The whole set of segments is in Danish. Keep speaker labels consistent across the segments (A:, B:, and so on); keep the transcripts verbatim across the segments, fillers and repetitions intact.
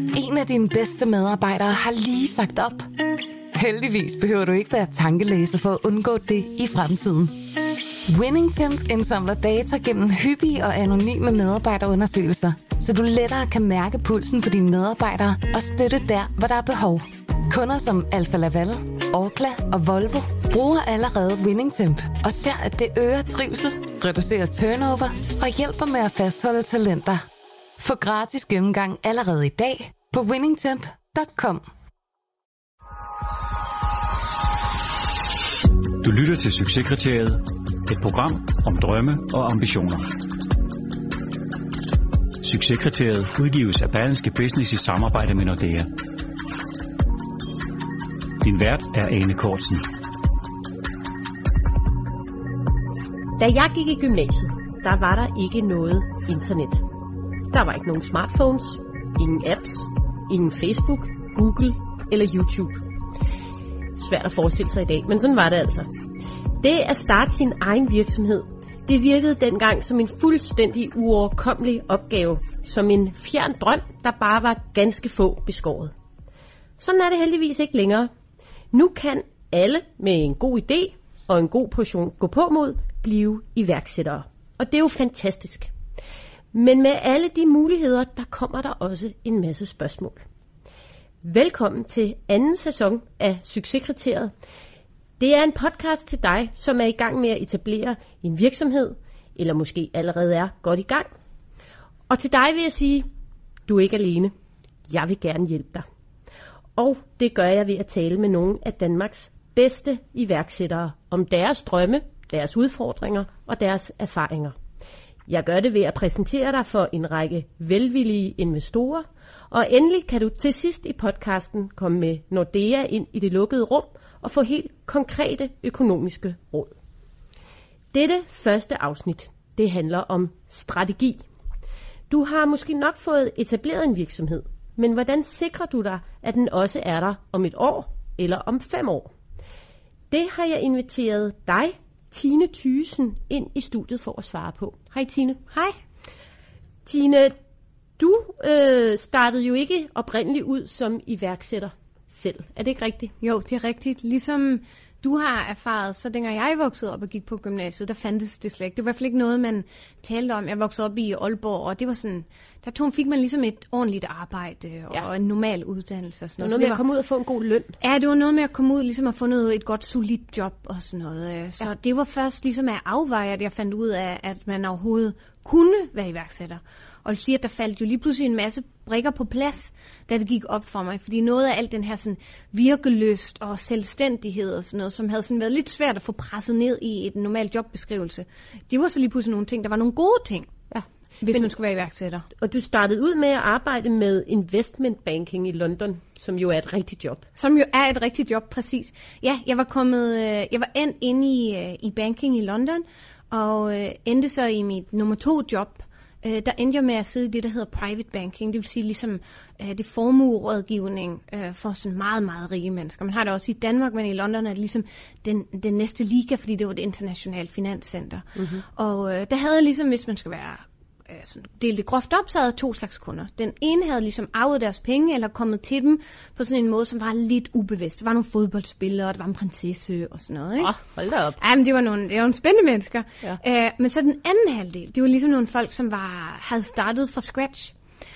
A: En af dine bedste medarbejdere har lige sagt op. Heldigvis behøver du ikke være tankelæser for at undgå det i fremtiden. WinningTemp indsamler data gennem hyppige og anonyme medarbejderundersøgelser, så du lettere kan mærke pulsen på dine medarbejdere og støtte der, hvor der er behov. Kunder som Alfa Laval, Orkla og Volvo bruger allerede WinningTemp og ser, at det øger trivsel, reducerer turnover og hjælper med at fastholde talenter. Få gratis gennemgang allerede i dag på winningtemp punktum com.
B: Du lytter til Succeskriteriet, et program om drømme og ambitioner. Succeskriteriet udgives af Berlingske Business i samarbejde med Nordea. Din vært er Ane Cortzen.
C: Da jeg gik i gymnasiet, der var der ikke noget internet. Der var ikke nogen smartphones, ingen apps, ingen Facebook, Google eller YouTube. Svært at forestille sig i dag, men sådan var det altså. Det at starte sin egen virksomhed, det virkede dengang som en fuldstændig uoverkommelig opgave, som en fjern drøm, der bare var ganske få beskåret. Sådan er det heldigvis ikke længere. Nu kan alle med en god idé og en god portion gå på mod blive iværksættere. Og det er jo fantastisk. Men med alle de muligheder, der kommer der også en masse spørgsmål. Velkommen til anden sæson af Succeskriteriet. Det er en podcast til dig, som er i gang med at etablere en virksomhed, eller måske allerede er godt i gang. Og til dig vil jeg sige, du er ikke alene. Jeg vil gerne hjælpe dig. Og det gør jeg ved at tale med nogle af Danmarks bedste iværksættere om deres drømme, deres udfordringer og deres erfaringer. Jeg gør det ved at præsentere dig for en række velvillige investorer, og endelig kan du til sidst i podcasten komme med Nordea ind i det lukkede rum og få helt konkrete økonomiske råd. Dette første afsnit, det handler om strategi. Du har måske nok fået etableret en virksomhed, men hvordan sikrer du dig, at den også er der om et år eller om fem år? Det har jeg inviteret dig, Tine Thyssen, ind i studiet for at svare på. Hej Tine.
D: Hej.
C: Tine, du øh, startede jo ikke oprindeligt ud som iværksætter selv. Er det ikke rigtigt?
D: Jo, det er rigtigt. Ligesom du har erfaret, så dengang jeg voksede op og gik på gymnasiet, der fandtes det slet ikke. Det var i hvert fald ikke noget, man talte om. Jeg voksede op i Aalborg, og det var sådan, der tog, fik man ligesom et ordentligt arbejde og ja. en normal uddannelse og sådan noget.
C: Det var noget med at komme ud og få en god løn.
D: Ja, det var noget med at komme ud, ligesom at få noget, et godt, solidt job og sådan noget. Så ja. det var først ligesom at afveje, at jeg fandt ud af, at man overhovedet kunne være iværksætter. Og det siger, at der faldt jo lige pludselig en masse brikker på plads, da det gik op for mig. Fordi noget af alt den her sådan virkelyst og selvstændighed og sådan noget, som havde sådan været lidt svært at få presset ned i et normalt jobbeskrivelse, det var så lige pludselig nogle ting, der var nogle gode ting, ja, hvis Men, man skulle være iværksætter.
C: Og du startede ud med at arbejde med investment banking i London, som jo er et rigtigt job.
D: Som jo er et rigtigt job, præcis. Ja, jeg var kommet, jeg var endt inde i, i banking i London, og endte så i mit nummer to job. Øh, der endte jeg med at sidde i det, der hedder private banking. Det vil sige ligesom øh, det formuerådgivning øh, for sådan meget, meget rige mennesker. Man har det også i Danmark, men i London er det ligesom den, den næste liga, fordi det var det internationale finanscenter. Mm-hmm. Og øh, der havde jeg ligesom, hvis man skal være øh, sådan, delt det groft op, så havde jeg to slags kunder. Den ene havde ligesom arvet deres penge, eller kommet til dem på sådan en måde, som var lidt ubevidst. Der var nogle fodboldspillere, og der var en prinsesse og sådan noget. Ikke?
C: Oh, hold da op.
D: Ja, men det var nogle, det var nogle spændende mennesker. Ja. Øh, men så den anden halvdel, det var ligesom nogle folk, som var, havde startet fra scratch.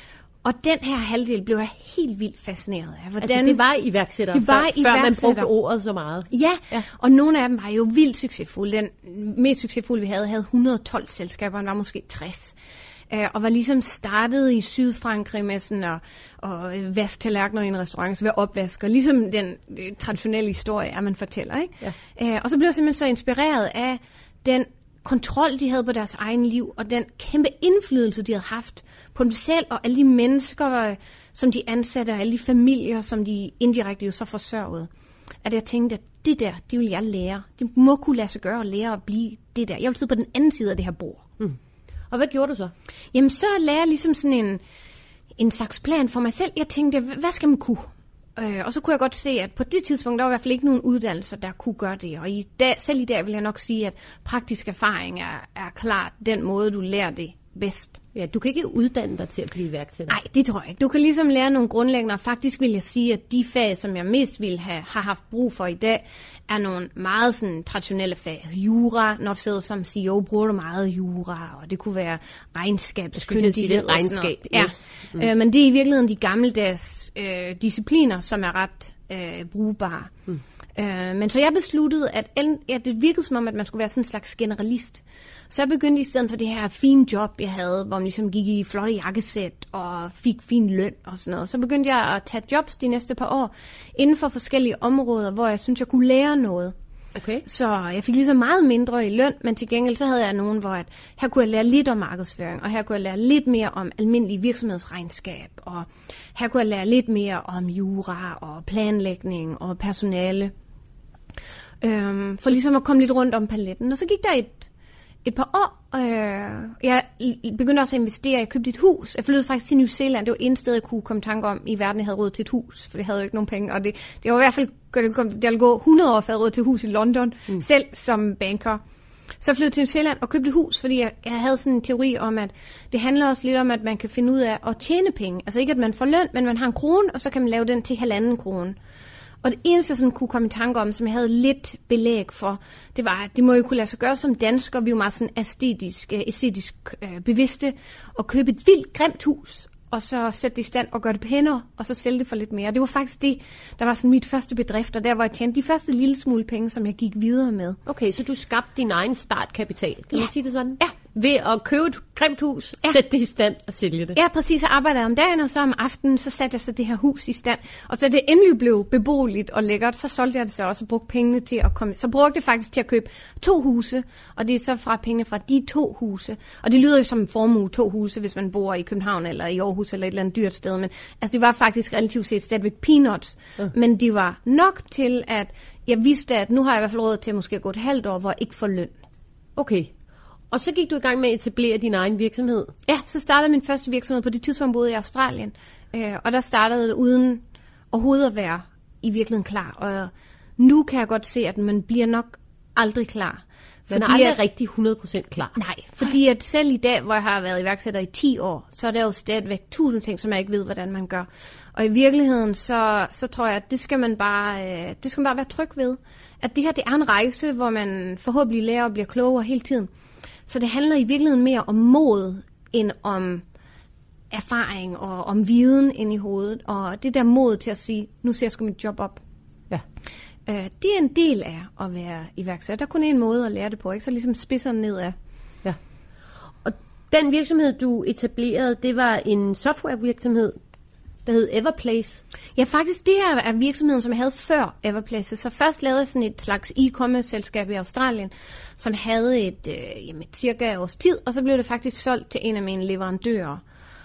D: Og den her halvdel blev jeg helt vildt fascineret af.
C: Hvordan, altså det var iværksættere, det var før, iværksætter. Før man brugte ordet så meget.
D: Ja, ja, og nogle af dem var jo vildt succesfulde. Den mest succesfulde, vi havde, havde et hundrede og tolv selskaber, og var måske tres. Og var ligesom startet i Sydfrankrig med sådan at, at vaske tallerkener i en restaurant, så være opvasker. Ligesom den traditionelle historie, er man fortæller, ikke? Ja. Og så blev jeg simpelthen så inspireret af den kontrol, de havde på deres egen liv, og den kæmpe indflydelse, de havde haft på dem selv, og alle de mennesker, som de ansatte, og alle de familier, som de indirekte jo så forsørgede. At jeg tænkte, at det der, det vil jeg lære. Det må kunne lade sig gøre at lære at blive det der. Jeg vil sidde på den anden side af det her bord.
C: Mm. Og hvad gjorde du så?
D: Jamen, så lagde jeg ligesom sådan en, en slags plan for mig selv. Jeg tænkte, hvad skal man kunne? Øh, og så kunne jeg godt se, at på det tidspunkt, der var i hvert fald ikke nogen uddannelser, der kunne gøre det. Og i dag, selv i dag vil jeg nok sige, at praktisk erfaring er, er klart den måde, du lærer det bedst.
C: Ja, du kan ikke uddanne dig til at blive iværksætter.
D: Nej, det tror jeg ikke. Du kan ligesom lære nogle grundlæggende, og faktisk vil jeg sige, at de fag, som jeg mest ville have har haft brug for i dag, er nogle meget sådan traditionelle fag. Altså jura, når du sidder som C E O, bruger du meget jura, og det kunne være regnskabskyndighed.
C: Det regnskab,
D: yes. Ja. Mm. Øh, men det er i virkeligheden de gammeldags øh, discipliner, som er ret øh, brugbare. Mm. Øh, men så jeg besluttede, at, at det virkede som om, at man skulle være sådan en slags generalist. Så jeg begyndte i stedet for det her fine job, jeg havde, hvor man ligesom gik i flotte jakkesæt og fik fin løn og sådan noget. Så begyndte jeg at tage jobs de næste par år inden for forskellige områder, hvor jeg synes jeg kunne lære noget.
C: Okay.
D: Så jeg fik ligesom meget mindre i løn, men til gengæld så havde jeg nogen, hvor at, her kunne jeg lære lidt om markedsføring, og her kunne jeg lære lidt mere om almindelig virksomhedsregnskab, og her kunne jeg lære lidt mere om jura og planlægning og personale. Øhm, for ligesom at komme lidt rundt om paletten. Og så gik der et, et par år. Øh, jeg begyndte også at investere. Jeg købte et hus. Jeg flyttede faktisk til New Zealand. Det var en sted, jeg kunne komme i tanke om i verden, jeg havde råd til et hus. For det havde jo ikke nogen penge. Og det, det var i hvert fald, det ville gå hundrede år for at have råd til et hus i London. Mm. Selv som banker. Så jeg flyttede til New Zealand og købte et hus, fordi jeg, jeg havde sådan en teori om, at det handler også lidt om, at man kan finde ud af at tjene penge. Altså ikke, at man får løn, men man har en krone, og så kan man lave den til halvanden krone. Og det eneste, jeg sådan kunne komme i tanke om, som jeg havde lidt belæg for, det var, at det må jo kunne lade sig gøre som dansker. Vi er jo meget sådan æstetisk, æstetisk øh, bevidste, og købe et vildt grimt hus, og så sætte det i stand og gøre det pænere, og så sælge det for lidt mere. Det var faktisk det, der var sådan mit første bedrift, og der var jeg tjente de første lille smule penge, som jeg gik videre med.
C: Okay, så du skabte din egen startkapital, kan
D: ja.
C: man sige det sådan?
D: Ja.
C: Ved at købe et grimt hus,
D: ja.
C: sætte det i stand og sælge det?
D: Ja, præcis. Jeg arbejdede om dagen, og så om aftenen, så satte jeg så det her hus i stand. Og så det endelig blev beboeligt og lækkert, så solgte jeg det så også og brugte pengene til at komme. Så brugte jeg faktisk til at købe to huse, og det er så fra pengene fra de to huse. Og det lyder jo som en formue, to huse, hvis man bor i København eller i Aarhus eller et eller andet dyrt sted. Men altså, det var faktisk relativt set stadigvæk peanuts. Uh. Men det var nok til, at jeg vidste, at nu har jeg i hvert fald råd til at måske gå et halvt år, hvor jeg ikke får løn.
C: Okay. Og så gik du i gang med at etablere din egen virksomhed?
D: Ja, så startede min første virksomhed på det tidspunkt, boede i Australien. Øh, og der startede det uden overhovedet at være i virkeligheden klar. Og nu kan jeg godt se, at man bliver nok aldrig klar.
C: Man er aldrig at, rigtig hundrede procent klar.
D: Nej, fordi at selv i dag, hvor jeg har været iværksætter i ti år, så er der jo stadigvæk tusind ting, som jeg ikke ved, hvordan man gør. Og i virkeligheden, så, så tror jeg, at det skal man bare, øh, det skal man bare være tryg ved. At det her, det er en rejse, hvor man forhåbentlig lærer og bliver klogere hele tiden. Så det handler i virkeligheden mere om mod, end om erfaring og om viden ind i hovedet. Og det der mod til at sige, nu ser jeg sgu mit job op.
C: Ja.
D: Øh, det er en del af at være iværksætter. Der er kun en måde at lære det på, ikke? Så ligesom spidserne nedad.
C: Ja. Og den virksomhed, du etablerede, det var en softwarevirksomhed, der hed Everplace.
D: Ja, faktisk det her er virksomheden, som jeg havde før Everplace. Så først lavede jeg sådan et slags e-commerce-selskab i Australien, som havde et, øh, jamen, cirka års tid, og så blev det faktisk solgt til en af mine leverandører.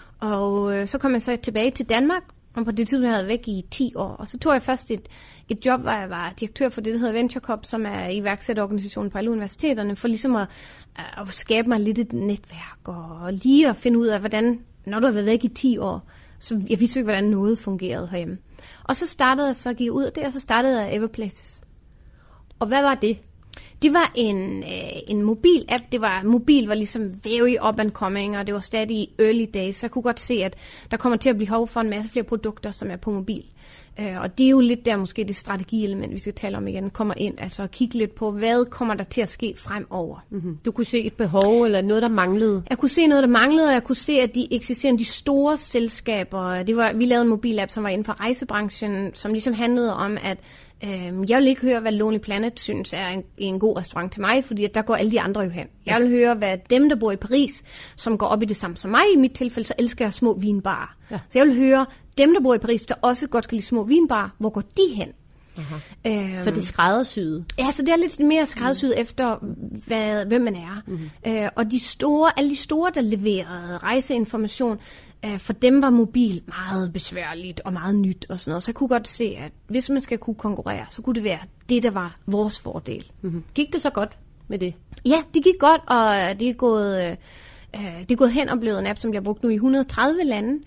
D: Og øh, så kom jeg så tilbage til Danmark, og på det tidspunkt jeg havde væk i ti år. Og så tog jeg først et, et job, hvor jeg var direktør for det, der hedder VentureCorp, som er iværksætterorganisationen på alle universiteterne, for ligesom at, at skabe mig lidt et netværk, og lige at finde ud af, hvordan, når du har været væk i ti år, så jeg vidste ikke, hvordan noget fungerede herhjemme. Og så startede jeg så at give ud af det, og så startede jeg Everplaces.
C: Og hvad var det?
D: Det var en, øh, en mobil app. Det var, mobil var ligesom very up and coming, og det var stadig i early days. Så jeg kunne godt se, at der kommer til at blive behov for en masse flere produkter, som er på mobil. Øh, og det er jo lidt der måske det strategielement, vi skal tale om igen, kommer ind. Altså at kigge lidt på, hvad kommer der til at ske fremover.
C: Mm-hmm. Du kunne se et behov, eller noget, der manglede?
D: Jeg kunne se noget, der manglede, og jeg kunne se, at de eksisterende, de store selskaber, det var, vi lavede en mobil app, som var inden for rejsebranchen, som ligesom handlede om, at øh, jeg vil ikke høre, hvad Lonely Planet synes er en, en god restaurant til mig, fordi at der går alle de andre jo hen. Jeg vil høre, hvad dem, der bor i Paris, som går op i det samme som mig, i mit tilfælde, så elsker jeg små vinbarer. Ja. Så jeg vil høre, dem, der bor i Paris, der også godt kan lide små vinbarer, hvor går de hen?
C: Øhm, så det er skræddersyet?
D: Ja, så det er lidt mere skræddersyet mm. efter, hvad, hvem man er. Mm. Øh, og de store, alle de store, der leverede rejseinformation, øh, for dem var mobil meget besværligt og meget nyt og sådan noget. Så jeg kunne godt se, at hvis man skal kunne konkurrere, så kunne det være det, der var vores fordel.
C: Mm. Gik det så godt med det?
D: Ja, det gik godt, og det er gået, øh, det er gået hen og blevet en app, som bliver brugt nu i et hundrede og tredive lande.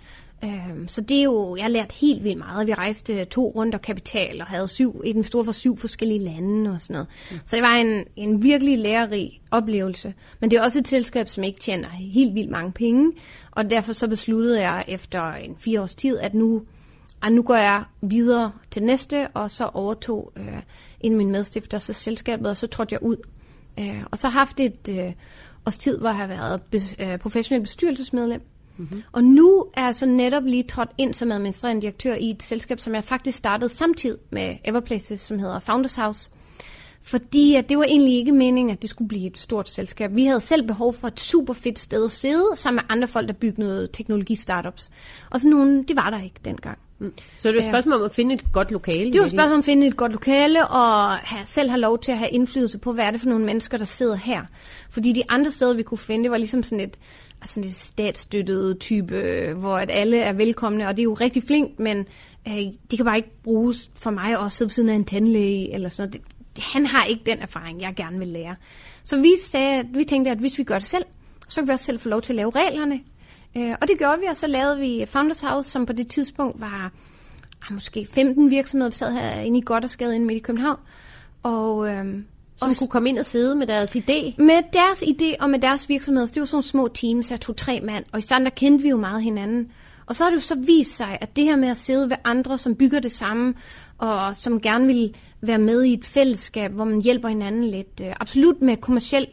D: Øhm, så det er jo, jeg har lært helt vildt meget. Vi rejste to runder kapital og havde syv, i den store for syv forskellige lande og sådan noget. Mm. Så det var en, en virkelig lærerig oplevelse. Men det er også et selskab, som ikke tjener helt vildt mange penge. Og derfor så besluttede jeg efter en fire års tid, at nu, at nu går jeg videre til næste, og så overtog øh, en af mine medstifter så selskabet, og så trådte jeg ud. Øh, og så har haft et øh, års tid, hvor jeg har været bes, øh, professionel bestyrelsesmedlem. Mm-hmm. Og nu er jeg så netop lige trådt ind som administrerende direktør i et selskab, som jeg faktisk startede samtidig med Everplaces, som hedder Founders House. Fordi at det var egentlig ikke meningen, at det skulle blive et stort selskab. Vi havde selv behov for et super fedt sted at sidde, sammen med andre folk, der byggede noget teknologi-startups. Og sådan nogle, det var der ikke dengang.
C: Mm. Så det var et spørgsmål om at finde et godt lokale?
D: Det var et spørgsmål om at finde et godt lokale, og have, selv have lov til at have indflydelse på, hvad er det for nogle mennesker, der sidder her. Fordi de andre steder, vi kunne finde, det var ligesom sådan et, sådan et statsstøttet type, hvor at alle er velkomne, og det er jo rigtig flinkt, men øh, de kan bare ikke bruges for mig at sidde ved siden af en tandlæge, eller sådan noget. Det, han har ikke den erfaring, jeg gerne vil lære. Så vi, sagde, vi tænkte, at hvis vi gør det selv, så kan vi også selv få lov til at lave reglerne. Øh, og det gjorde vi, og så lavede vi Founders House, som på det tidspunkt var ah, måske femten virksomheder, vi sad herinde i Gothersgade inde midt i København. Og, øhm,
C: som og, kunne komme ind og sidde med deres idé?
D: Med deres idé og med deres virksomheder. Det var sådan små teams af to-tre mand, og i starten der kendte vi jo meget hinanden. Og så har det jo så vist sig, at det her med at sidde ved andre, som bygger det samme, og som gerne vil være med i et fællesskab, hvor man hjælper hinanden lidt, øh, absolut med kommercielt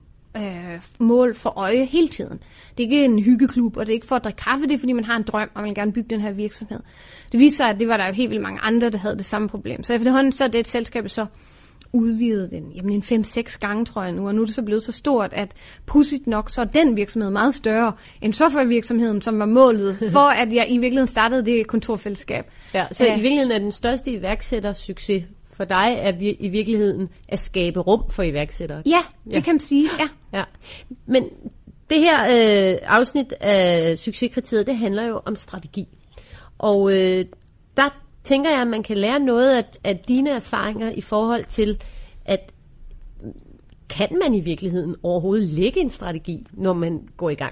D: øh, mål for øje hele tiden. Det er ikke en hyggeklub, og det er ikke for at drikke kaffe, det er fordi man har en drøm, og man vil gerne bygge den her virksomhed. Det viser sig, at det var der jo helt vildt mange andre, der havde det samme problem. Så efterhånden så er det et selskab, så udvidet den, jamen en fem-seks gange, tror jeg nu, og nu er det så blevet så stort, at pudsigt nok, så er den virksomhed meget større end softwarevirksomheden, som var målet, for at jeg i virkeligheden startede det kontorfællesskab.
C: Ja, så Æh, i virkeligheden er den største iværksættersucces for dig, er i virkeligheden at skabe rum for iværksættere.
D: Ja, det ja. kan man sige, ja.
C: ja. Men det her øh, afsnit af Succeskriteriet, det handler jo om strategi. Og øh, der tænker jeg, at man kan lære noget af, af dine erfaringer i forhold til, at kan man i virkeligheden overhovedet lægge en strategi, når man går i gang?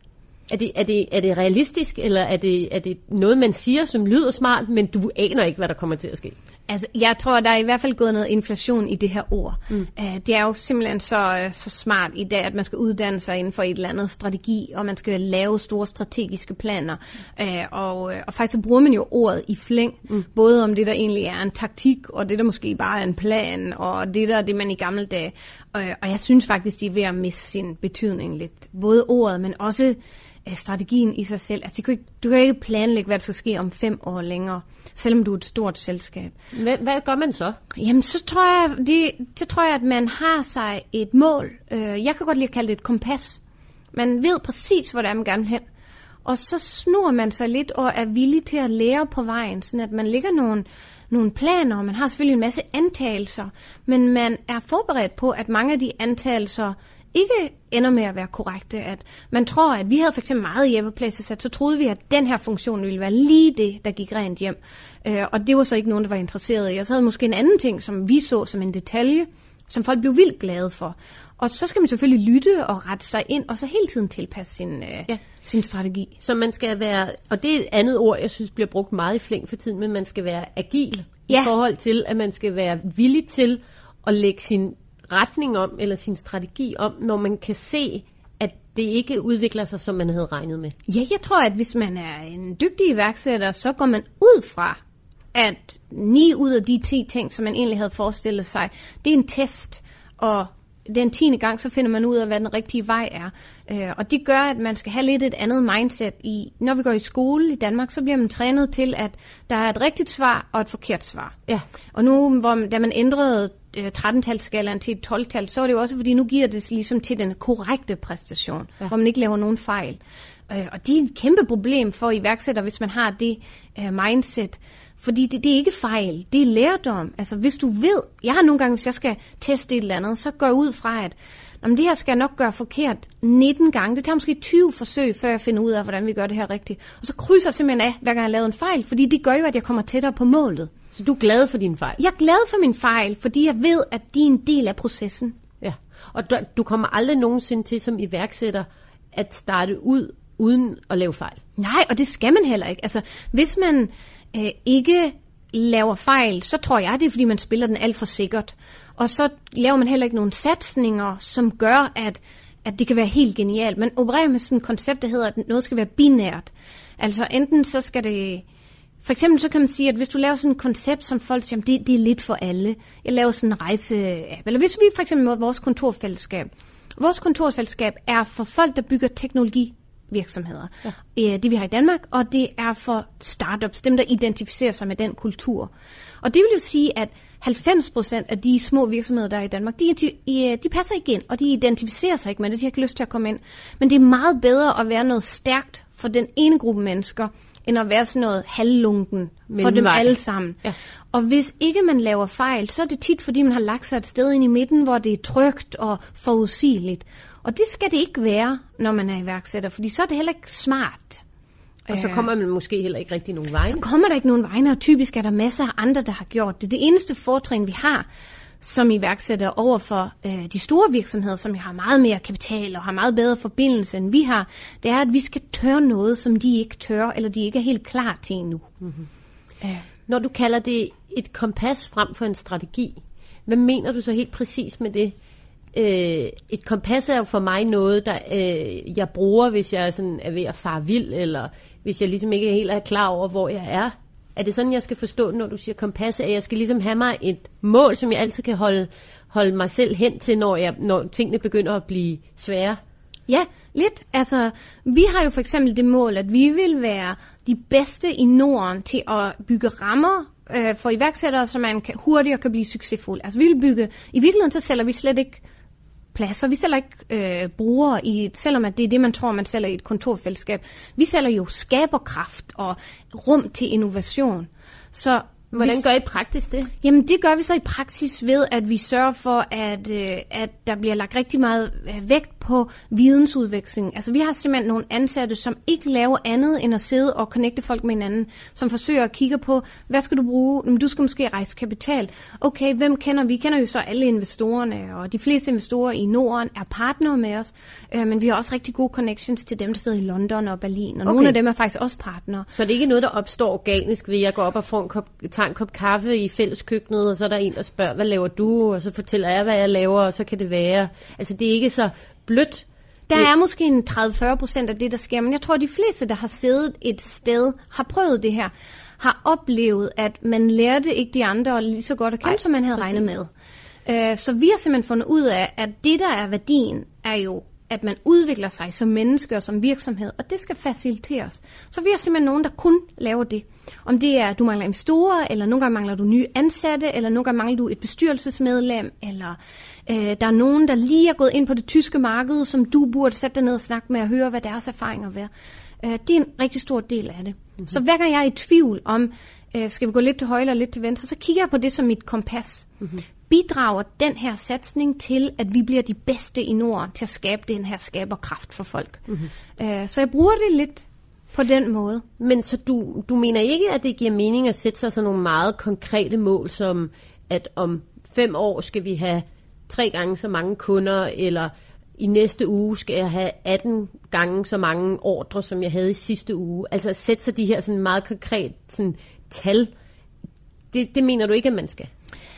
C: Er det, er det, er det realistisk, eller er det, er det noget, man siger, som lyder smart, men du aner ikke, hvad der kommer til at ske?
D: Altså, jeg tror, der er i hvert fald gået noget inflation i det her ord. Mm. Uh, det er jo simpelthen så, så smart i dag, at man skal uddanne sig inden for et eller andet strategi, og man skal lave store strategiske planer. Uh, og, og faktisk så bruger man jo ordet i flæng, mm. både om det, der egentlig er en taktik, og det, der måske bare er en plan, og det, der er det, man i gamle dage. Uh, og jeg synes faktisk, de er ved at miste sin betydning lidt. Både ordet, men også strategien i sig selv. Altså, du kan, ikke, du kan ikke planlægge, hvad der skal ske om fem år længere, selvom du er et stort selskab.
C: Hvad, hvad gør man så?
D: Jamen, så tror jeg, det, så tror jeg, at man har sig et mål. Jeg kan godt lide at kalde det et kompas. Man ved præcis, hvor det er, man gerne vil hen. Og så snor man sig lidt og er villig til at lære på vejen, sådan at man lægger nogle, nogle planer, og man har selvfølgelig en masse antagelser, men man er forberedt på, at mange af de antagelser ikke ender med at være korrekte. At man tror, at vi havde for eksempel meget i Everplaces, at så troede vi, at den her funktion ville være lige det, der gik rent hjem. Øh, og det var så ikke nogen, der var interesseret i. Og så havde måske en anden ting, som vi så som en detalje, som folk blev vildt glade for. Og så skal man selvfølgelig lytte og rette sig ind, og så hele tiden tilpasse sin, øh, ja. sin strategi. Så
C: man skal være, og det er et andet ord, jeg synes bliver brugt meget i flæng for tiden, men man skal være agil
D: ja.
C: i forhold til, at man skal være villig til at lægge sin retning om, eller sin strategi om, når man kan se, at det ikke udvikler sig, som man havde regnet med.
D: Ja, jeg tror, at hvis man er en dygtig iværksætter, så går man ud fra, at ni ud af de ti ting, som man egentlig havde forestillet sig, det er en test, og den tiende gang, så finder man ud af, hvad den rigtige vej er. Øh, og det gør, at man skal have lidt et andet mindset i, når vi går i skole i Danmark, så bliver man trænet til, at der er et rigtigt svar og et forkert svar.
C: Ja.
D: Og nu, hvor, da man ændrede øh, tretten-talsskalaen til et tolv-tal, så er det jo også, fordi nu giver det ligesom til den korrekte præstation, ja. Hvor man ikke laver nogen fejl. Øh, og det er et kæmpe problem for iværksættere, hvis man har det øh, mindset. Fordi det, det er ikke fejl, det er lærdom. Altså hvis du ved, jeg har nogle gange, hvis jeg skal teste et eller andet, så går jeg ud fra, at jamen, det her skal jeg nok gøre forkert nitten gange. Det tager måske tyve forsøg, før jeg finder ud af, hvordan vi gør det her rigtigt. Og så krydser jeg simpelthen af, hver gang jeg laver en fejl, fordi det gør jo, at jeg kommer tættere på målet.
C: Så du er glad for din fejl?
D: Jeg er glad for min fejl, fordi jeg ved, at de er en del af processen.
C: Ja, og du, du kommer aldrig nogensinde til som iværksætter at starte ud uden at lave fejl?
D: Nej, og det skal man heller ikke. Altså, hvis man øh, ikke laver fejl, så tror jeg, det er, fordi man spiller den alt for sikkert. Og så laver man heller ikke nogle satsninger, som gør, at, at det kan være helt genialt. Man opererer med sådan et koncept, der hedder, at noget skal være binært. Altså enten så skal det... For eksempel så kan man sige, at hvis du laver sådan et koncept, som folk siger, det, det er lidt for alle. Jeg laver sådan en rejse-app. Eller hvis vi for eksempel med vores kontorfællesskab. Vores kontorfællesskab er for folk, der bygger teknologivirksomheder. Ja. Det vi har i Danmark, og det er for startups, dem der identificerer sig med den kultur. Og det vil jo sige, at halvfems procent af de små virksomheder, der er i Danmark, de, de, de passer ikke ind, og de identificerer sig ikke med det. De har ikke lyst til at komme ind. Men det er meget bedre at være noget stærkt for den ene gruppe mennesker, end at være sådan noget halvlunken for dem alle sammen. Ja. Og hvis ikke man laver fejl, så er det tit, fordi man har lagt sig et sted ind i midten, hvor det er trygt og forudsigeligt. Og det skal det ikke være, når man er iværksætter, fordi så er det heller ikke smart.
C: Og så kommer man måske heller ikke rigtig nogen vegne.
D: Så kommer der ikke nogen vegne, og typisk er der masser af andre, der har gjort det. Det eneste fortrin, vi har som iværksætter over for øh, de store virksomheder, som har meget mere kapital og har meget bedre forbindelse, end vi har, det er, at vi skal tørre noget, som de ikke tør, eller de ikke er helt klar til endnu. Mm-hmm.
C: Ja. Når du kalder det et kompas frem for en strategi, hvad mener du så helt præcis med det? Øh, et kompas er jo for mig noget, der øh, jeg bruger, hvis jeg sådan er ved at fare vild, eller hvis jeg ligesom ikke helt er klar over, hvor jeg er. Er det sådan, jeg skal forstå, når du siger kompas, at jeg skal ligesom have mig et mål, som jeg altid kan holde, holde mig selv hen til, når, jeg, når tingene begynder at blive svære?
D: Ja, lidt. Altså, vi har jo for eksempel det mål, at vi vil være de bedste i Norden til at bygge rammer øh, for iværksættere, så man kan, hurtigere kan blive succesfuld. Altså, vi vil bygge... I virkeligheden, så sælger vi slet ikke pladser. Vi sælger ikke øh, brugere, i, selvom at det er det, man tror, man sælger i et kontorfællesskab. Vi sælger jo skaberkraft og rum til innovation. Så
C: hvordan gør I praktisk det?
D: Jamen det gør vi så i praksis ved, at vi sørger for, at, øh, at der bliver lagt rigtig meget øh, vægt på vidensudveksling. Altså vi har simpelthen nogle ansatte, som ikke laver andet end at sidde og connecte folk med hinanden, som forsøger at kigge på, hvad skal du bruge? Jamen, du skal måske rejse kapital. Okay, hvem kender vi? Vi kender jo så alle investorerne, og de fleste investorer i Norden er partnere med os, øh, men vi har også rigtig gode connections til dem, der sidder i London og Berlin, og okay. Nogle af dem er faktisk også partnere.
C: Så det er ikke noget, der opstår organisk ved, at jeg går op og får en kop en kop kaffe i fælleskøkkenet, og så er der en, der spørger, hvad laver du? Og så fortæller jeg, hvad jeg laver, og så kan det være. Altså, det er ikke så blødt.
D: Der er måske en tredive til fyrre procent af det, der sker, men jeg tror, at de fleste, der har siddet et sted, har prøvet det her, har oplevet, at man lærte ikke de andre lige så godt at kende, Ej, som man havde præcis. regnet med. Så vi har simpelthen fundet ud af, at det, der er værdien, er jo at man udvikler sig som menneske og som virksomhed, og det skal faciliteres. Så vi har simpelthen nogen, der kun laver det. Om det er, at du mangler investorer, eller nogle gange mangler du nye ansatte, eller nogle gange mangler du et bestyrelsesmedlem, eller øh, der er nogen, der lige er gået ind på det tyske marked, som du burde sætte dig ned og snakke med og høre, hvad deres erfaringer er. Øh, det er en rigtig stor del af det. Mm-hmm. Så hver gang jeg er i tvivl om, øh, skal vi gå lidt til højre eller lidt til venstre, så kigger jeg på det som mit kompas. Mm-hmm. Bidrager den her satsning til, at vi bliver de bedste i Norden til at skabe den her skaberkraft for folk. Mm-hmm. Uh, så jeg bruger det lidt på den måde.
C: Men så du, du mener ikke, at det giver mening at sætte sig sådan nogle meget konkrete mål, som at om fem år skal vi have tre gange så mange kunder, eller i næste uge skal jeg have atten gange så mange ordre, som jeg havde i sidste uge. Altså at sætte sig de her sådan meget konkret sådan, tal, det, det mener du ikke, at man skal?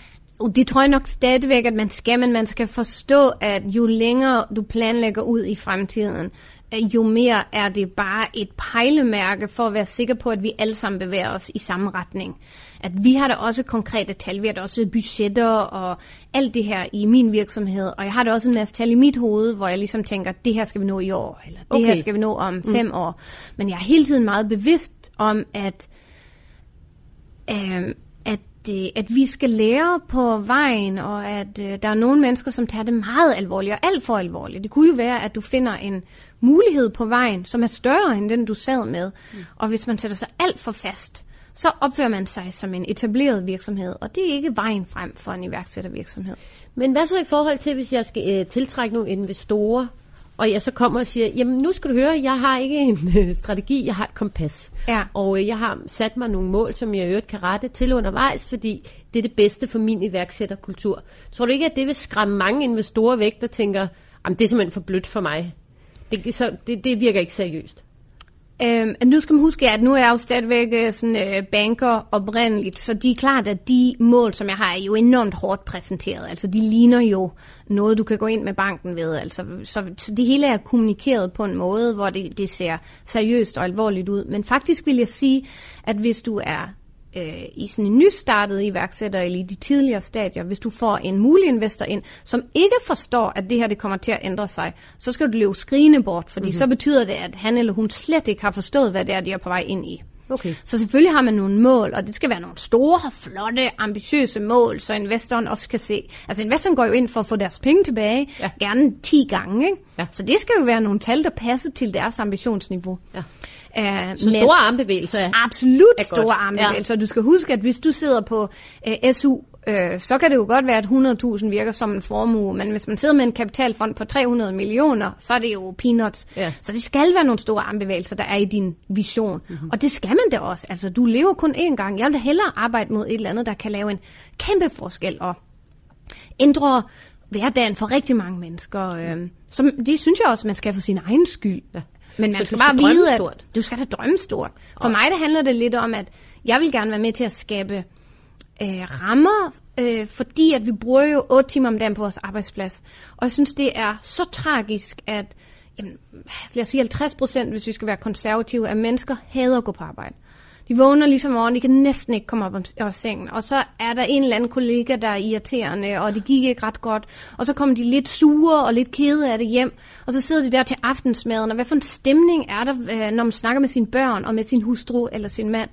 D: Det tror jeg nok stadigvæk, at man skal, men man skal forstå, at jo længere du planlægger ud i fremtiden, jo mere er det bare et pejlemærke for at være sikker på, at vi alle sammen bevæger os i samme retning. At vi har da også konkrete tal, vi har da også budgetter og alt det her i min virksomhed, og jeg har da også en masse tal i mit hoved, hvor jeg ligesom tænker, det her skal vi nå i år, eller det okay. her skal vi nå om fem mm. år. Men jeg er hele tiden meget bevidst om, at øh, at at vi skal lære på vejen, og at øh, der er nogle mennesker, som tager det meget alvorligt, og alt for alvorligt. Det kunne jo være, at du finder en mulighed på vejen, som er større end den, du sad med. Mm. Og hvis man sætter sig alt for fast, så opfører man sig som en etableret virksomhed, og det er ikke vejen frem for en iværksættervirksomhed.
C: Men hvad så i forhold til, hvis jeg skal øh, tiltrække nogle investorer, og jeg så kommer og siger, jamen nu skal du høre, jeg har ikke en øh, strategi, jeg har et kompas. Ja. Og øh, jeg har sat mig nogle mål, som jeg i øvrigt kan rette til undervejs, fordi det er det bedste for min iværksætterkultur. Tror du ikke, at det vil skræmme mange investorer væk, der tænker, jamen det er simpelthen for blødt for mig? Det, det, så, det, det virker ikke seriøst.
D: Øhm, nu skal man huske, at nu er jeg jo stadigvæk sådan, øh, banker oprindeligt, så det er klart, at de mål, som jeg har, er jo enormt hårdt præsenteret. Altså, de ligner jo noget, du kan gå ind med banken ved. Altså, så, så det hele er kommunikeret på en måde, hvor det, det ser seriøst og alvorligt ud. Men faktisk vil jeg sige, at hvis du er øh, i sådan en nystartet iværksætter eller i de tidligere stadier, hvis du får en mulig investor ind, som ikke forstår, at det her det kommer til at ændre sig, så skal du løbe skrigende bort, fordi mm-hmm. så betyder det, at han eller hun slet ikke har forstået, hvad det er, de er på vej ind i.
C: Okay.
D: Så selvfølgelig har man nogle mål, og det skal være nogle store, flotte, ambitiøse mål, så investoren også kan se. Altså investoren går jo ind for at få deres penge tilbage, ja. gerne ti gange, ikke? Ja. Så det skal jo være nogle tal, der passer til deres ambitionsniveau. Ja.
C: Uh, så store armbevægelser er
D: absolut
C: er
D: store armbevægelser. Ja. Du skal huske, at hvis du sidder på uh, S U, uh, så kan det jo godt være, at hundrede tusind virker som en formue, men hvis man sidder med en kapitalfond på tre hundrede millioner, så er det jo peanuts. Ja. Så det skal være nogle store armbevægelser, der er i din vision. Mm-hmm. Og det skal man da også. Altså, du lever kun én gang. Jeg vil da hellere arbejde mod et eller andet, der kan lave en kæmpe forskel og ændre hverdagen for rigtig mange mennesker. Uh, så det synes jeg også, man skal for sin egen skyld. Ja. Men man skal, skal bare vide, at stort. du skal da drømme stort. For mig det handler det lidt om, at jeg vil gerne være med til at skabe øh, rammer, øh, fordi at vi bruger jo otte timer om dagen på vores arbejdsplads. Og jeg synes, det er så tragisk, at jamen, lad os sige halvtreds procent, hvis vi skal være konservative, af mennesker hader at gå på arbejde. De vågner ligesom morgen, de kan næsten ikke komme op af sengen. Og så er der en eller anden kollega, der er irriterende, og det gik ikke ret godt. Og så kommer de lidt sure og lidt kede af det hjem. Og så sidder de der til aftensmaden, og hvad for en stemning er der, når man snakker med sine børn og med sin hustru eller sin mand.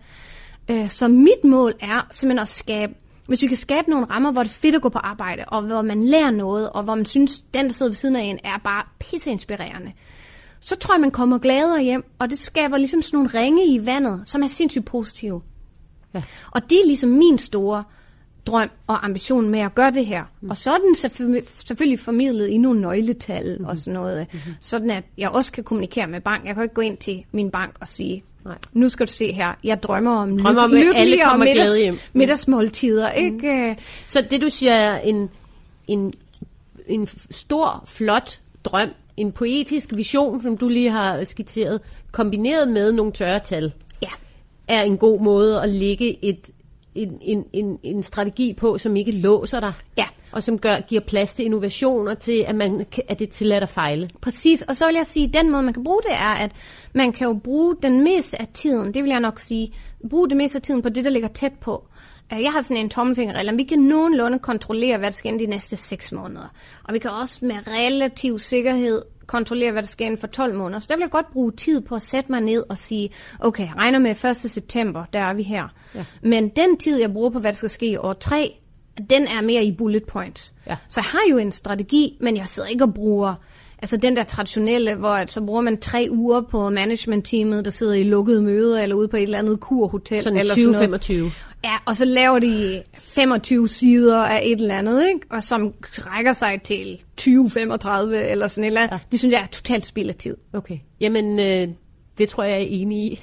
D: Så mit mål er simpelthen at skabe, hvis vi kan skabe nogle rammer, hvor det er fedt at gå på arbejde, og hvor man lærer noget, og hvor man synes, den der sidder ved siden af en, er bare pisseinspirerende. Så tror jeg, man kommer gladere hjem, og det skaber ligesom sådan nogle ringe i vandet, som er sindssygt positive. Ja. Og det er ligesom min store drøm og ambition med at gøre det her. Mm. Og så er den selvfølgelig formidlet i nogle nøgletal mm. og sådan noget, mm-hmm. sådan at jeg også kan kommunikere med bank. Jeg kan ikke gå ind til min bank og sige, nej, nu skal du se her, jeg drømmer om drømmer lyk- lykkelige og middags- middagsmåltider. Mm. Ikke?
C: Så det du siger er en, en, en stor, flot drøm, en poetisk vision, som du lige har skitseret, kombineret med nogle tørre tal, ja, er en god måde at lægge et, en, en, en, en strategi på, som ikke låser dig, ja, og som gør, giver plads til innovationer, til at, man, at det tillader at fejle.
D: Præcis, og så vil jeg sige, at den måde, man kan bruge det, er, at man kan jo bruge den meste af tiden, det vil jeg nok sige, bruge det meste af tiden på det, der ligger tæt på. Jeg har sådan en tommelfingerregel, og vi kan nogenlunde kontrollere, hvad der skal ske de næste seks måneder. Og vi kan også med relativ sikkerhed kontrollere, hvad der skal inden for tolv måneder. Så der vil jeg godt bruge tid på at sætte mig ned og sige, okay, jeg regner med første september, der er vi her. Ja. Men den tid, jeg bruger på, hvad der skal ske i år tre, den er mere i bullet points. Ja. Så jeg har jo en strategi, men jeg sidder ikke og bruger, altså den der traditionelle, hvor så bruger man tre uger på managementteamet, der sidder i lukkede møder, eller ude på et eller andet kurhotel.
C: Sådan
D: eller
C: tyve femogtyve.
D: Ja, og så laver de femogtyve sider af et eller andet, ikke? Og som rækker sig til tyve femogtredive eller sådan et eller andet. Ja. Det synes jeg er totalt spild af tid.
C: Okay, jamen øh, det tror jeg, jeg er enig i.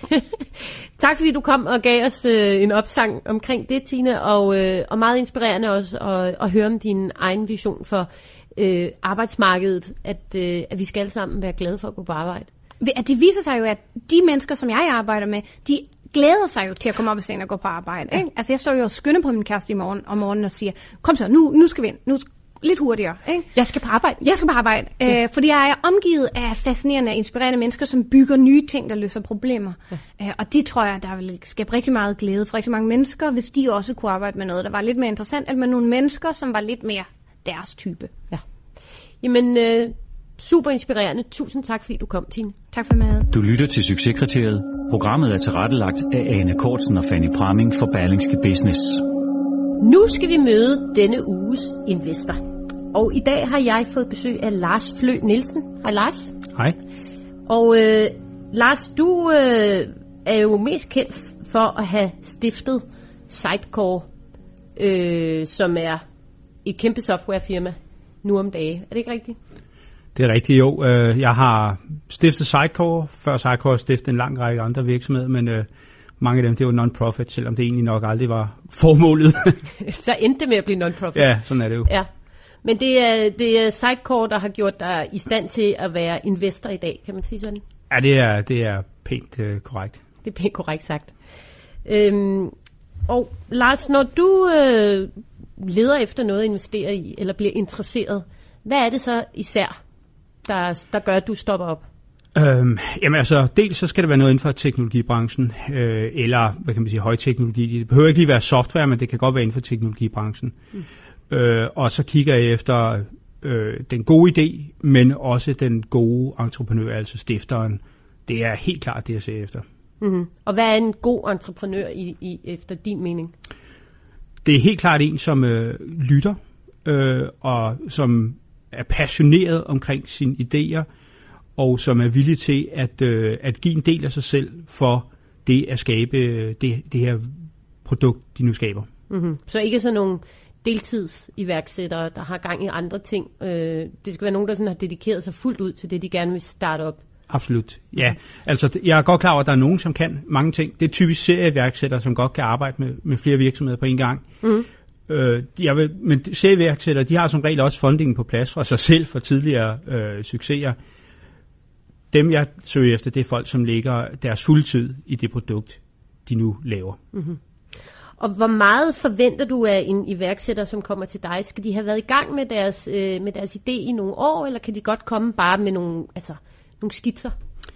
C: Tak fordi du kom og gav os øh, en opsang omkring det, Tine, og, øh, og meget inspirerende også at, at høre om din egen vision for øh, arbejdsmarkedet, at, øh, at vi skal alle sammen være glade for at gå på arbejde.
D: Det viser sig jo, at de mennesker, som jeg arbejder med, de glæder sig jo til at komme op i sengen og gå på arbejde. Ikke? Altså jeg står jo og skynder på min kæreste i morgen, om morgenen og siger, kom så, nu, nu skal vi ind, nu lidt hurtigere. Ikke?
C: Jeg skal på arbejde.
D: Jeg skal på arbejde, ja. øh, fordi jeg er omgivet af fascinerende og inspirerende mennesker, som bygger nye ting, der løser problemer. Ja. Øh, og det tror jeg, der vil skabe rigtig meget glæde for rigtig mange mennesker, hvis de også kunne arbejde med noget, der var lidt mere interessant, eller med nogle mennesker, som var lidt mere deres type.
C: Ja. Jamen, øh, super inspirerende. Tusind tak, fordi du kom, Tine.
D: Tak for meget.
B: Du lytter til Succeskriteriet. Programmet er tilrettelagt af Ane Kortsen og Fanny Pramming for Berlingske Business.
C: Nu skal vi møde denne uges investor. Og i dag har jeg fået besøg af Lars Flø Nielsen. Hej Lars.
E: Hej.
C: Og øh, Lars, du øh, er jo mest kendt for at have stiftet Sitecore, øh, som er et kæmpe softwarefirma nu om dage. Er det ikke rigtigt?
E: Det er rigtigt, jo. Jeg har stiftet Sitecore, før Sitecore stiftede en lang række andre virksomheder, men øh, mange af dem, det var non-profit, selvom det egentlig nok aldrig var formålet.
C: Så endte det med at blive non-profit.
E: Ja, sådan er det jo.
C: Ja. Men det er, det er Sitecore, der har gjort dig i stand til at være investor i dag, kan man sige sådan?
E: Ja, det er, det er pænt øh, korrekt.
C: Det er pænt korrekt sagt. Øhm, og Lars, når du øh, leder efter noget at investere i, eller bliver interesseret, hvad er det så især, der, der gør, at du stopper op?
E: Øhm, jamen altså, dels så skal det være noget inden for teknologibranchen, øh, eller hvad kan man sige, højteknologi. Det behøver ikke lige være software, men det kan godt være inden for teknologibranchen. Mm. Øh, og så kigger jeg efter øh, den gode idé, men også den gode entreprenør, altså stifteren. Det er helt klart det, jeg ser efter.
C: Mm-hmm. Og hvad er en god entreprenør i, i, efter din mening?
E: Det er helt klart en, som øh, lytter, øh, og som er passioneret omkring sine idéer, og som er villig til at, øh, at give en del af sig selv for det at skabe det, det her produkt, de nu skaber.
C: Mm-hmm. Så ikke sådan nogle deltidsiværksættere, der har gang i andre ting. Øh, det skal være nogen, der sådan har dedikeret sig fuldt ud til det, de gerne vil starte op.
E: Absolut, ja. Altså, jeg er godt klar over, at der er nogen, som kan mange ting. Det er typisk serieværksættere, som godt kan arbejde med, med flere virksomheder på en gang. Mm. Øh, jeg vil, men serieværksættere, de har som regel også fundingen på plads fra sig selv for tidligere øh, succeser. Dem, jeg søger efter, det er folk, som lægger deres fuldtid i det produkt, de nu laver. Mm-hmm.
C: Og hvor meget forventer du af en iværksætter, som kommer til dig? Skal de have været i gang med deres, øh, med deres idé i nogle år, eller kan de godt komme bare med nogle, altså, nogle skitser?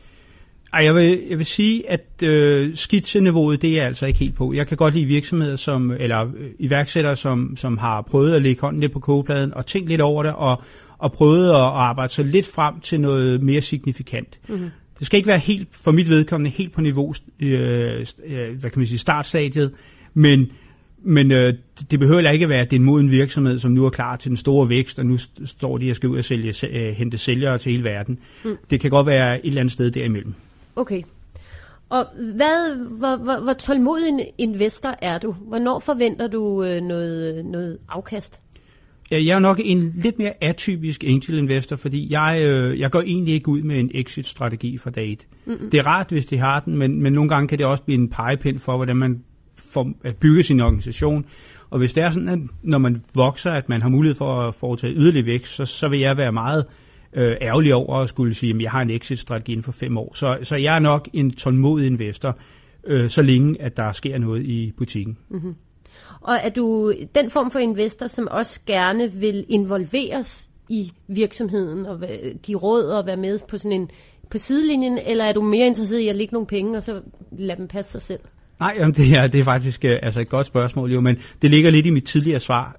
E: Ej, jeg vil, jeg vil sige, at øh, skitseniveauet, det er jeg altså ikke helt på. Jeg kan godt lide virksomheder, som, eller øh, iværksættere, som, som har prøvet at lægge hånden lidt på kogepladen og tænkt lidt over det, og, og prøvet at arbejde sig lidt frem til noget mere signifikant. Mm-hmm. Det skal ikke være helt, for mit vedkommende, helt på niveau, øh, hvad kan man sige, startstadiet, men, men øh, det behøver ikke at være, at det er en moden virksomhed, som nu er klar til den store vækst, og nu står de og skal ud og sælge, øh, hente sælgere til hele verden. Mm. Det kan godt være et eller andet sted derimellem.
C: Okay. Og hvad, hvor, hvor, hvor tålmodig en investor er du? Hvornår forventer du øh, noget, noget afkast?
E: Jeg er nok en lidt mere atypisk angel investor, fordi jeg, øh, jeg går egentlig ikke ud med en exit-strategi fra dag et. Mm-hmm. Det er rart, hvis de har den, men, men nogle gange kan det også blive en pegepind for, hvordan man får at bygge sin organisation. Og hvis det er sådan, at når man vokser, at man har mulighed for at foretage yderligere vækst, så, så vil jeg være meget øh, ærgerlig over at skulle sige, at jeg har en exit-strategi inden for fem år. Så, så jeg er nok en tålmodig investor, øh, så længe at der sker noget i butikken. Mm-hmm.
C: Og er du den form for investor, som også gerne vil involveres i virksomheden og give råd og være med på sådan en på sidelinjen, eller er du mere interesseret i at lægge nogle penge og så lade dem passe sig selv?
E: Nej, jamen det, er, det er faktisk altså et godt spørgsmål, jo, men det ligger lidt i mit tidligere svar.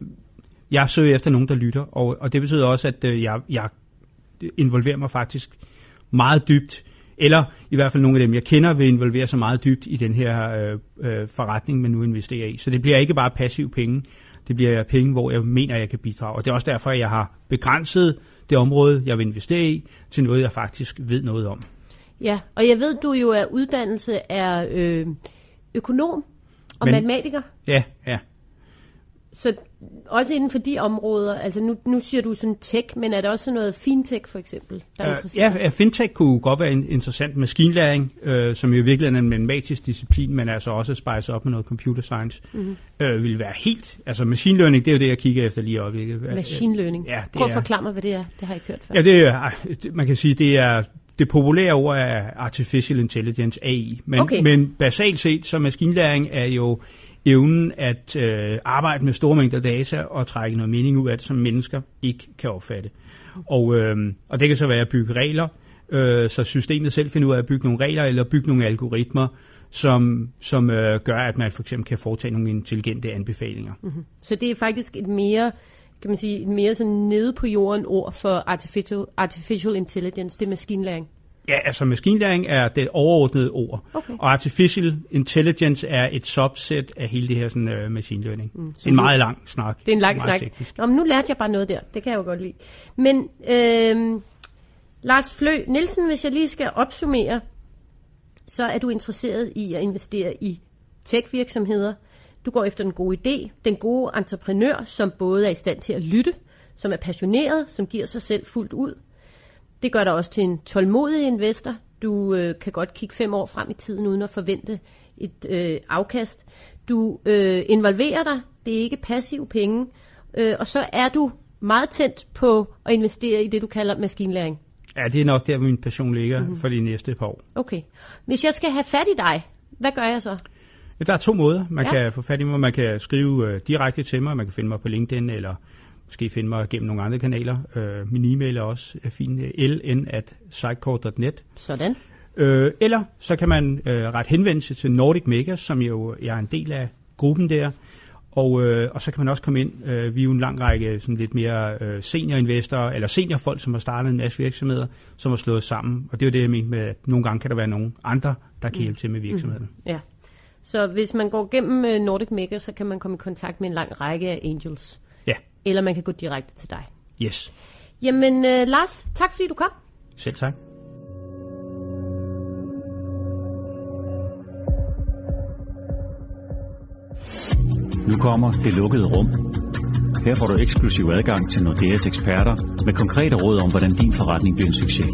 E: Jeg søger efter nogen, der lytter, og, og det betyder også, at jeg, jeg involverer mig faktisk meget dybt, eller i hvert fald nogle af dem, jeg kender, vil involvere sig meget dybt i den her øh, øh, forretning, man nu investerer i. Så det bliver ikke bare passiv penge, det bliver penge, hvor jeg mener, jeg kan bidrage. Og det er også derfor, at jeg har begrænset det område, jeg vil investere i, til noget, jeg faktisk ved noget om. Ja,
C: og jeg ved, du jo er uddannelse er øh, økonom og Men, matematiker.
E: Ja, ja.
C: Så også inden for de områder, altså nu, nu siger du sådan tech, men er der også noget fintech for eksempel, der er uh, interessant?
E: Ja, fintech kunne godt være en interessant maskinlæring, øh, som jo i virkeligheden er en matematisk disciplin, men altså også spejse op med noget computer science, mm-hmm. øh, vil være helt, altså machine learning, det er jo det, jeg kigger efter lige i øjeblikket.
C: Machine learning? Ja, Prøv at forklare mig, hvad det er, det har jeg ikke hørt før.
E: Ja, det er, man kan sige, det er, det populære ord er artificial intelligence, A I, men, okay. men basalt set, så maskinlæring er jo evnen at øh, arbejde med store mængder data og trække noget mening ud af det, som mennesker ikke kan opfatte. Og, øh, og det kan så være at bygge regler, øh, så systemet selv finder ud af at bygge nogle regler, eller bygge nogle algoritmer, som, som øh, gør, at man for eksempel kan foretage nogle intelligente anbefalinger.
C: Mm-hmm. Så det er faktisk et mere, kan man sige, et mere sådan nede på jorden ord for artificial, artificial intelligence, det er maskinlæring?
E: Ja, altså maskinlæring er det overordnede ord, okay. Og artificial intelligence er et subset af hele det her sådan, uh, machine learning. Mm, det er en meget lang snak.
C: Det er en lang snak. Nå, men nu lærte jeg bare noget der. Det kan jeg jo godt lide. Men øh, Lars Flø Nielsen, hvis jeg lige skal opsummere, så er du interesseret i at investere i tech-virksomheder. Du går efter den gode idé, den gode entreprenør, som både er i stand til at lytte, som er passioneret, som giver sig selv fuldt ud. Det gør dig også til en tålmodig investor. Du øh, kan godt kigge fem år frem i tiden, uden at forvente et øh, afkast. Du øh, involverer dig. Det er ikke passive penge. Øh, og så er du meget tændt på at investere i det, du kalder maskinlæring.
E: Ja, det er nok der, min passion ligger mm-hmm. for de næste par år.
C: Okay. Hvis jeg skal have fat i dig, hvad gør jeg så?
E: Ja, der er to måder, man ja. kan få fat i mig. Man kan skrive uh, direkte til mig, man kan finde mig på LinkedIn, eller måske finde mig gennem nogle andre kanaler. Uh, min e-mail er også fin, l n at sitecore punktum net.
C: Sådan.
E: Uh, eller så kan man uh, rette henvendelse til Nordic Makers, som jo jeg er en del af gruppen der. Og, øh, og så kan man også komme ind, øh, vi er jo en lang række sådan lidt mere øh, seniorinvestorer, eller seniorfolk, som har startet en masse virksomheder, som har slået sammen. Og det er jo det, jeg mener med, at nogle gange kan der være nogle andre, der kan hjælpe til med virksomheden.
C: Mm. Ja. Så hvis man går gennem Nordic Makers, så kan man komme i kontakt med en lang række af angels.
E: Ja.
C: Eller man kan gå direkte til dig.
E: Yes.
C: Jamen øh, Lars, tak fordi du kom.
E: Selv tak.
B: Nu kommer Det Lukkede Rum. Her får du eksklusiv adgang til Nordeas eksperter med konkrete råd om, hvordan din forretning bliver en succes.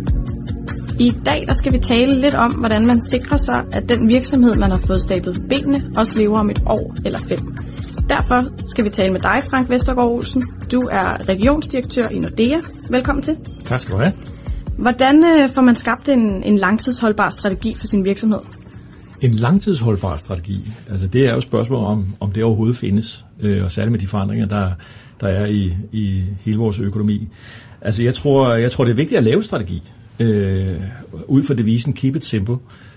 F: I dag der skal vi tale lidt om, hvordan man sikrer sig, at den virksomhed, man har fået stablet på benene, også lever om et år eller fem. Derfor skal vi tale med dig, Frank Vestergaard Olsen. Du er regionsdirektør i Nordea. Velkommen til.
G: Tak skal du have.
F: Hvordan øh, får man skabt en, en langtidsholdbar strategi for sin virksomhed?
G: En langtidsholdbar strategi, altså det er jo et spørgsmål om, om det overhovedet findes, øh, og særligt med de forandringer, der, der er i, i hele vores økonomi. Altså jeg tror, jeg tror det er vigtigt at lave strategi, øh, ud fra devisen keep it simple.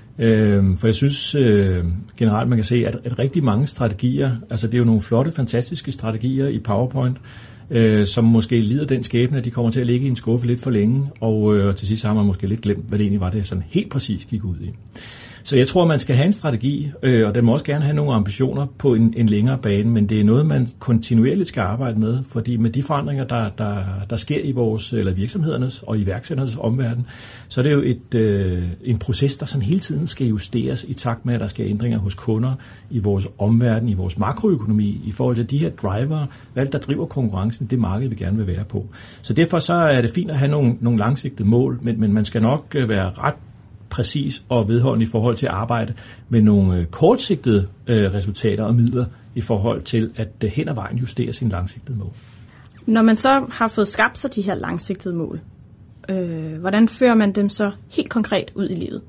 G: Øh, for jeg synes øh, generelt, man kan se, at, at rigtig mange strategier, altså det er jo nogle flotte, fantastiske strategier i PowerPoint, øh, som måske lider den skæbne, at de kommer til at ligge i en skuffe lidt for længe, og øh, til sidst har man måske lidt glemt, hvad det egentlig var, det sådan helt præcis gik ud i. Så jeg tror, man skal have en strategi, øh, og den må også gerne have nogle ambitioner på en, en længere bane, men det er noget, man kontinuerligt skal arbejde med, fordi med de forandringer, der, der, der sker i vores eller virksomhedernes og iværksætternes omverden, så er det jo et, øh, en proces, der sådan hele tiden skal justeres i takt med, at der sker ændringer hos kunder, i vores omverden, i vores makroøkonomi, i forhold til de her driver, hvad der driver konkurrencen, det marked, vi gerne vil være på. Så derfor så er det fint at have nogle, nogle langsigtede mål, men, men man skal nok være ret præcis og vedholdende i forhold til at arbejde med nogle kortsigtede øh, resultater og midler i forhold til at øh, hen ad vejen justere sine langsigtede mål.
F: Når man så har fået skabt sig de her langsigtede mål, øh, hvordan fører man dem så helt konkret ud i livet?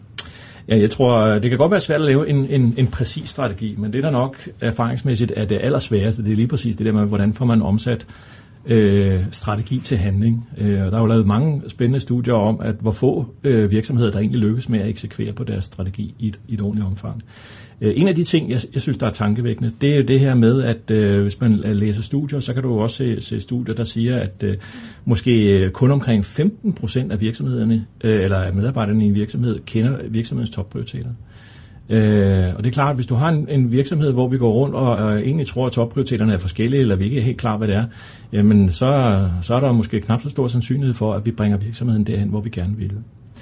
G: Ja, jeg tror, det kan godt være svært at lave en, en, en præcis strategi, men det der nok erfaringsmæssigt er det allersværeste, det er lige præcis det der med, hvordan får man omsat Øh, strategi til handling. Øh, der er jo lavet mange spændende studier om, at hvor få øh, virksomheder, der egentlig lykkes med at eksekvere på deres strategi i et, i et ordentligt omfang. Øh, en af de ting, jeg, jeg synes, der er tankevækkende, det er det her med, at øh, hvis man læser studier, så kan du også se, se studier, der siger, at øh, måske kun omkring femten procent af virksomhederne, øh, eller af medarbejderne i en virksomhed, kender virksomhedens topprioriteter. Øh, og det er klart, at hvis du har en, en virksomhed, hvor vi går rundt og, og egentlig tror, at topprioriteterne er forskellige, eller vi ikke er helt klar, hvad det er, jamen så, så er der måske knap så stor sandsynlighed for, at vi bringer virksomheden derhen, hvor vi gerne vil.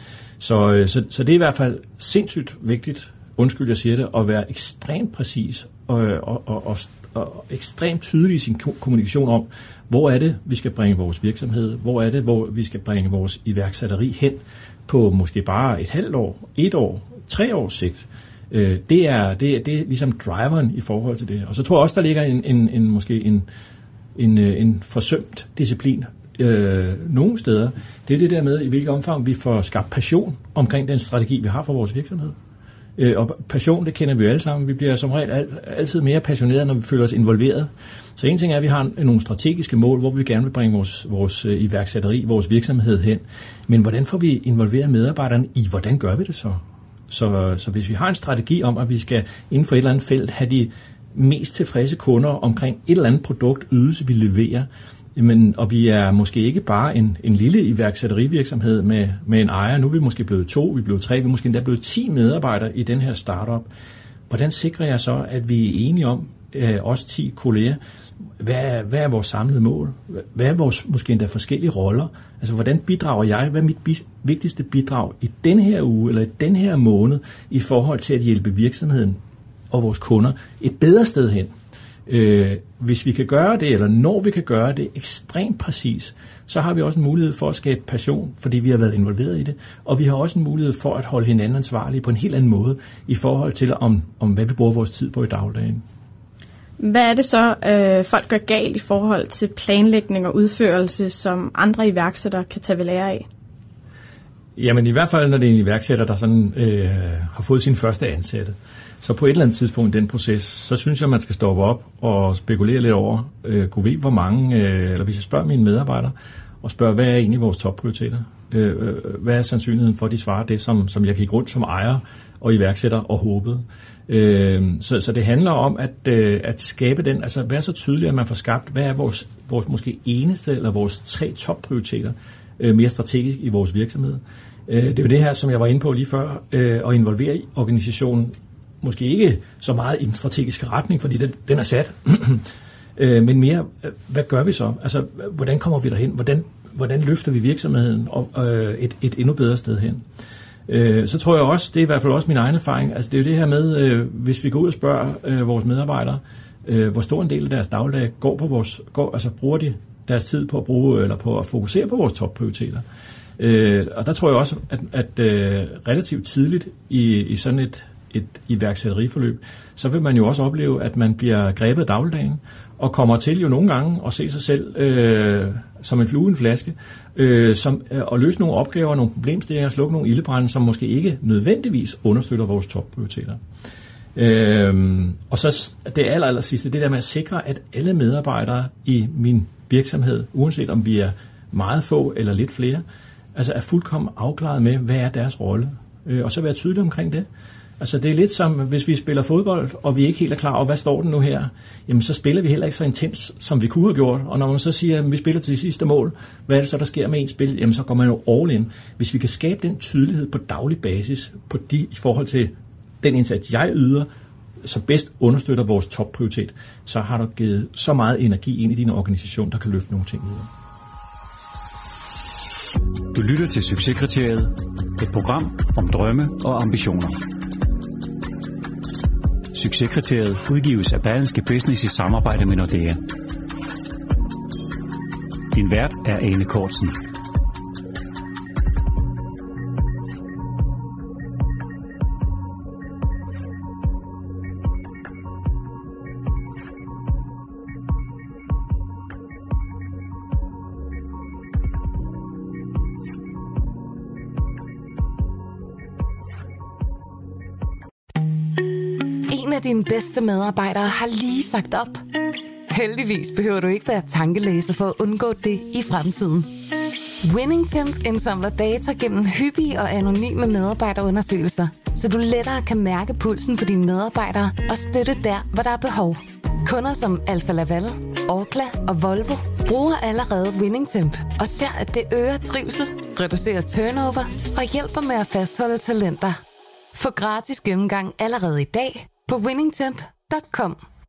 G: Så, så, så det er i hvert fald sindssygt vigtigt, undskyld jeg siger det, at være ekstremt præcis og, og, og, og, og ekstremt tydelig i sin kommunikation om, hvor er det, vi skal bringe vores virksomhed, hvor er det, hvor vi skal bringe vores iværksætteri hen på måske bare et halvt år, et år, tre års sigt. Det er, det, er, det er ligesom driveren i forhold til det. Og så tror jeg også, der ligger en, en, en måske en, en, en forsømt disciplin øh, nogle steder. Det er det der med, i hvilket omfang vi får skabt passion omkring den strategi, vi har for vores virksomhed. Øh, og passion, det kender vi jo alle sammen. Vi bliver som regel altid mere passionerede, når vi føler os involveret. Så en ting er, at vi har nogle strategiske mål, hvor vi gerne vil bringe vores, vores iværksætteri, vores virksomhed hen. Men hvordan får vi involveret medarbejderne i, hvordan gør vi det så? Så, så hvis vi har en strategi om, at vi skal inden for et eller andet felt have de mest tilfredse kunder omkring et eller andet produkt, ydelse, vi leverer, jamen, og vi er måske ikke bare en, en lille iværksætterivirksomhed med, med en ejer, nu er vi måske blevet to, vi er blevet tre, vi er måske endda blevet ti medarbejdere i den her startup. Hvordan sikrer jeg så, at vi er enige om, øh, os ti kolleger, hvad er, hvad er vores samlede mål? Hvad er vores måske endda forskellige roller? Altså, hvordan bidrager jeg? Hvad er mit bis- vigtigste bidrag i den her uge eller i den her måned i forhold til at hjælpe virksomheden og vores kunder et bedre sted hen? Øh, hvis vi kan gøre det, eller når vi kan gøre det ekstremt præcis, så har vi også en mulighed for at skabe passion, fordi vi har været involveret i det, og vi har også en mulighed for at holde hinanden ansvarlige på en helt anden måde i forhold til, om, om hvad vi bruger vores tid på i dagligdagen.
F: Hvad er det så, øh, folk gør galt i forhold til planlægning og udførelse, som andre iværksættere kan tage ved lære af?
G: Jamen i hvert fald, når det er en iværksætter, der sådan, øh, har fået sin første ansatte. Så på et eller andet tidspunkt i den proces, så synes jeg, man skal stoppe op og spekulere lidt over, øh, kunne vi hvor mange, øh, eller hvis jeg spørger mine medarbejdere, og spørger, hvad er egentlig vores topprioriteter? Øh, hvad er sandsynligheden for, at de svarer det, som, som jeg gik rundt som ejer og iværksætter og håbede? Øh, så, så det handler om at, øh, at skabe den, altså være så tydeligt, at man får skabt, hvad er vores, vores måske eneste eller vores tre topprioriteter øh, mere strategisk i vores virksomhed. Øh, det er jo det her, som jeg var inde på lige før, øh, at involvere organisationen, måske ikke så meget i en strategisk retning, fordi den, den er sat, øh, men mere, hvad gør vi så? Altså, hvordan kommer vi derhen? Hvordan, hvordan løfter vi virksomheden og, øh, et, et endnu bedre sted hen? Øh, så tror jeg også, det er i hvert fald også min egen erfaring, altså det er jo det her med, øh, hvis vi går ud og spørger øh, vores medarbejdere, øh, hvor stor en del af deres dagligdag går på vores, går, altså bruger de deres tid på at bruge, eller på at fokusere på vores topprioriteter. Øh, og der tror jeg også, at, at øh, relativt tidligt i, i sådan et et iværksætteriforløb, så vil man jo også opleve, at man bliver grebet af dagligdagen, og kommer til jo nogle gange at se sig selv øh, som en flue i en flaske, øh, som, øh, og løse nogle opgaver, nogle problemstillinger, slukke nogle ildebrænde, som måske ikke nødvendigvis understøtter vores topprioriteter. Øh, og så det aller, aller sidste, det der med at sikre, at alle medarbejdere i min virksomhed, uanset om vi er meget få eller lidt flere, altså er fuldkommen afklaret med, hvad er deres rolle, øh, og så være tydelig omkring det. Altså det er lidt som, hvis vi spiller fodbold, og vi ikke helt er klar over, hvad står den nu her, jamen så spiller vi heller ikke så intens, som vi kunne have gjort. Og når man så siger, at vi spiller til det sidste mål, hvad er det så, der sker med en spil? Jamen så går man jo all in. Hvis vi kan skabe den tydelighed på daglig basis, på de, i forhold til den indsats, jeg yder, så bedst understøtter vores topprioritet, så har du givet så meget energi ind i din organisation, der kan løfte nogle ting videre.
B: Du lytter til Succeskriteriet, et program om drømme og ambitioner. Succeskriteriet udgives af Berlingske Business i samarbejde med Nordea. Din vært er Ane Kortsen.
A: En af dine bedste medarbejdere har lige sagt op. Heldigvis behøver du ikke være tankelæser for at undgå det i fremtiden. WinningTemp indsamler data gennem hyppige og anonyme medarbejderundersøgelser, så du lettere kan mærke pulsen på dine medarbejdere og støtte der, hvor der er behov. Kunder som Alfa Laval, Orkla og Volvo bruger allerede WinningTemp og ser, at det øger trivsel, reducerer turnover og hjælper med at fastholde talenter. Få gratis gennemgang allerede i dag på winningtemp punktum com.